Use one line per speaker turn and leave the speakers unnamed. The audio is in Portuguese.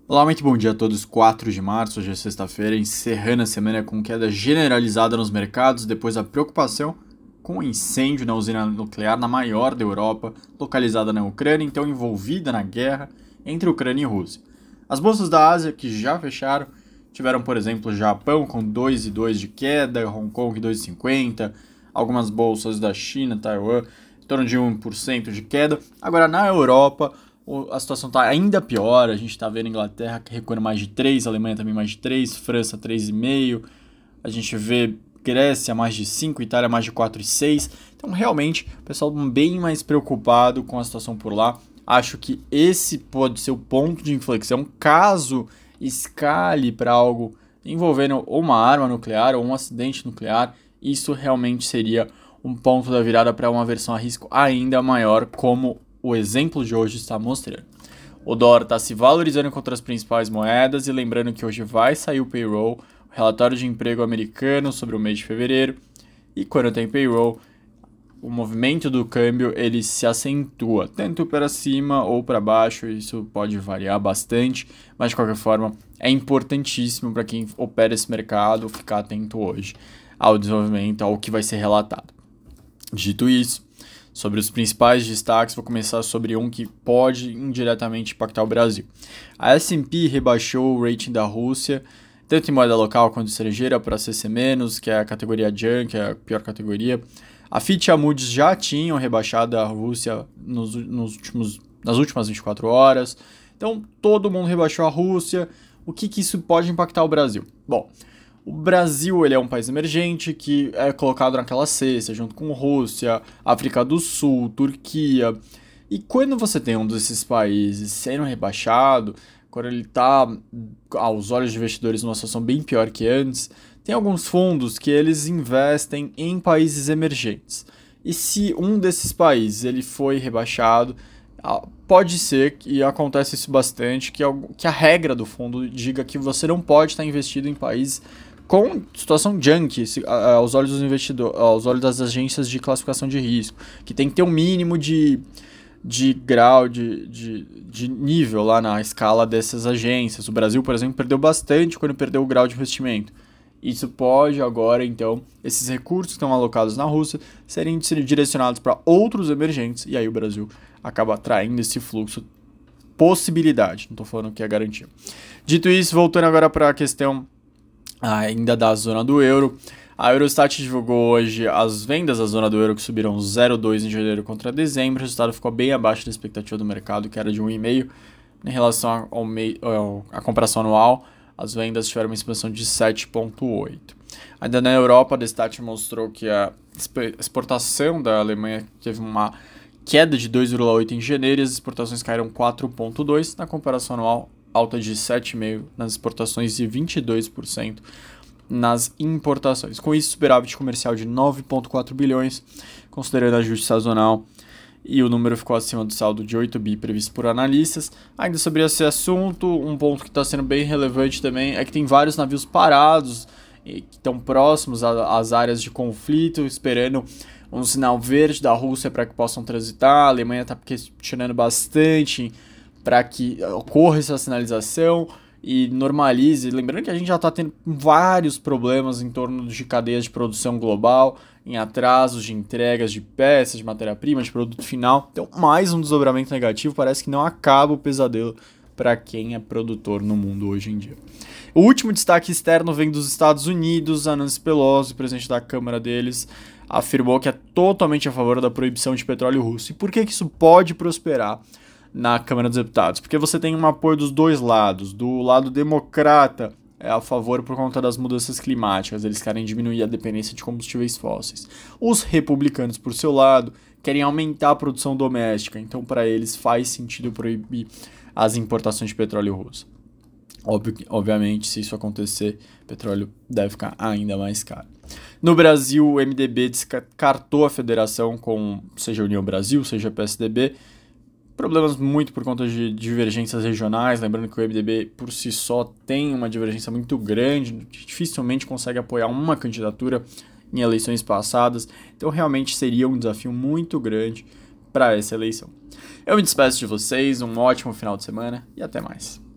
Olá, muito bom dia a todos. 4 de março, hoje é sexta-feira, encerrando a semana com queda generalizada nos mercados depois da preocupação com o incêndio na usina nuclear na maior da Europa, localizada na Ucrânia, então envolvida na guerra entre Ucrânia e Rússia. As bolsas da Ásia, que já fecharam, tiveram, por exemplo, Japão com 2,2 de queda, Hong Kong 2,50, algumas bolsas da China, Taiwan, em torno de 1% de queda. Agora, na Europa, a situação está ainda pior, a gente está vendo a Inglaterra recuando mais de 3, a Alemanha também mais de 3, França 3,5, a gente vê Grécia mais de 5, Itália mais de 4,6. Então realmente o pessoal bem mais preocupado com a situação por lá. Acho que esse pode ser o ponto de inflexão caso escale para algo envolvendo ou uma arma nuclear ou um acidente nuclear. Isso realmente seria um ponto da virada para uma aversão a risco ainda maior, como o exemplo de hoje está mostrando. O dólar está se valorizando contra as principais moedas e lembrando que hoje vai sair o payroll, o relatório de emprego americano sobre o mês de fevereiro, e quando tem payroll, o movimento do câmbio ele se acentua, tanto para cima ou para baixo, isso pode variar bastante, mas de qualquer forma é importantíssimo para quem opera esse mercado ficar atento hoje ao desenvolvimento, ao que vai ser relatado. Dito isso, sobre os principais destaques, vou começar sobre um que pode indiretamente impactar o Brasil. A S&P rebaixou o rating da Rússia, tanto em moeda local quanto estrangeira, para CC-, que é a categoria Junk, que é a pior categoria. A Fitch e a Moody's já tinham rebaixado a Rússia nas últimas 24 horas. Então, todo mundo rebaixou a Rússia. O que isso pode impactar o Brasil? Bom, o Brasil ele é um país emergente que é colocado naquela cesta junto com Rússia, África do Sul, Turquia. E quando você tem um desses países sendo rebaixado, quando ele está, aos olhos de investidores, numa situação bem pior que antes, tem alguns fundos que eles investem em países emergentes. E se um desses países ele foi rebaixado, pode ser, e acontece isso bastante, que a regra do fundo diga que você não pode estar investido em países com situação junk, aos olhos dos investidores, aos olhos das agências de classificação de risco, que tem que ter um mínimo de grau, de nível lá na escala dessas agências. O Brasil, por exemplo, perdeu bastante quando perdeu o grau de investimento. Isso pode agora, então, esses recursos que estão alocados na Rússia serem direcionados para outros emergentes, e aí o Brasil acaba atraindo esse fluxo. Possibilidade, não estou falando que é garantia. Dito isso, voltando agora para a questão ainda da zona do euro, a Eurostat divulgou hoje as vendas da zona do euro que subiram 0,2 em janeiro contra dezembro. O resultado ficou bem abaixo da expectativa do mercado, que era de 1,5. Em relação à comparação anual, as vendas tiveram uma expansão de 7,8. Ainda na Europa, a Destat mostrou que a exportação da Alemanha teve uma queda de 2,8 em janeiro e as exportações caíram 4,2. Na comparação anual, alta de 7,5% nas exportações e 22% nas importações. Com isso, superávit comercial de 9,4 bilhões, considerando ajuste sazonal, e o número ficou acima do saldo de 8 bi previsto por analistas. Ainda sobre esse assunto, um ponto que está sendo bem relevante também é que tem vários navios parados que estão próximos às áreas de conflito, esperando um sinal verde da Rússia para que possam transitar. A Alemanha está questionando bastante para que ocorra essa sinalização e normalize. Lembrando que a gente já está tendo vários problemas em torno de cadeias de produção global, em atrasos de entregas de peças, de matéria-prima, de produto final. Então, mais um desdobramento negativo. Parece que não acaba o pesadelo para quem é produtor no mundo hoje em dia. O último destaque externo vem dos Estados Unidos. A Nancy Pelosi, presidente da Câmara deles, afirmou que é totalmente a favor da proibição de petróleo russo. E por que isso pode prosperar na Câmara dos Deputados? Porque você tem um apoio dos dois lados. Do lado democrata é a favor por conta das mudanças climáticas, eles querem diminuir a dependência de combustíveis fósseis. Os republicanos, por seu lado, querem aumentar a produção doméstica, então para eles faz sentido proibir as importações de petróleo russo. Obviamente, se isso acontecer, o petróleo deve ficar ainda mais caro. No Brasil, o MDB descartou a federação com, seja a União Brasil, seja a PSDB, problemas muito por conta de divergências regionais, lembrando que o MDB por si só tem uma divergência muito grande, dificilmente consegue apoiar uma candidatura em eleições passadas, então realmente seria um desafio muito grande para essa eleição. Eu me despeço de vocês, um ótimo final de semana e até mais.